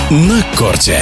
На корте.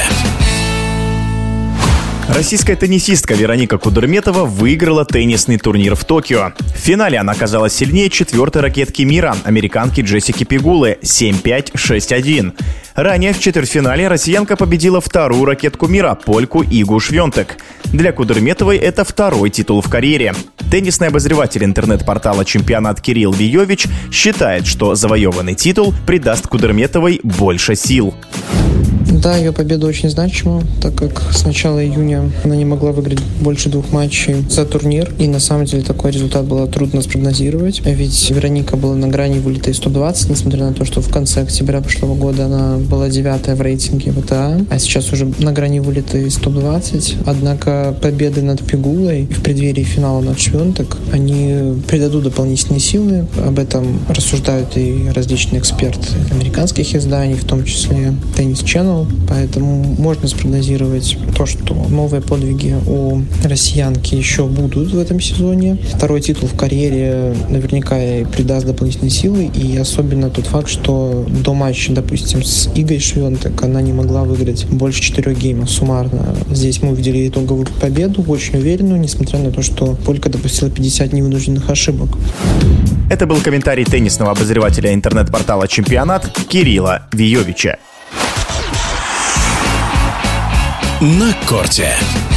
Российская теннисистка Вероника Кудерметова выиграла теннисный турнир в Токио. В финале она оказалась сильнее четвертой ракетки мира, американки Джессики Пегулы, 7-5, 6-1. Ранее в четвертьфинале россиянка победила вторую ракетку мира, польку Игу Швентек. Для Кудерметовой это второй титул в карьере. Теннисный обозреватель интернет-портала «Чемпионат» Кирилл Виевич считает, что завоеванный титул придаст Кудерметовой больше сил. Да, ее победа очень значима, так как с начала июня она не могла выиграть больше 2 матчей за турнир. И на самом деле такой результат было трудно спрогнозировать. Ведь Вероника была на грани вылета из топ-20, несмотря на то, что в конце октября прошлого года она была 9-я в рейтинге ВТА, а сейчас уже на грани вылета из топ-20. Однако победы над Пегулой в преддверии финала над Швентек, они придадут дополнительные силы. Об этом рассуждают и различные эксперты американских изданий, в том числе Tennis Channel. Поэтому можно спрогнозировать то, что новые подвиги у россиянки еще будут в этом сезоне. Второй титул в карьере наверняка ей придаст дополнительные силы. И особенно тот факт, что до матча, допустим, с Игой Швентек она не могла выиграть больше 4 геймов суммарно. Здесь мы увидели итоговую победу, очень уверенную, несмотря на то, что полька допустила 50 невынужденных ошибок. Это был комментарий теннисного обозревателя интернет-портала «Чемпионат» Кирилла Виевича. На корте.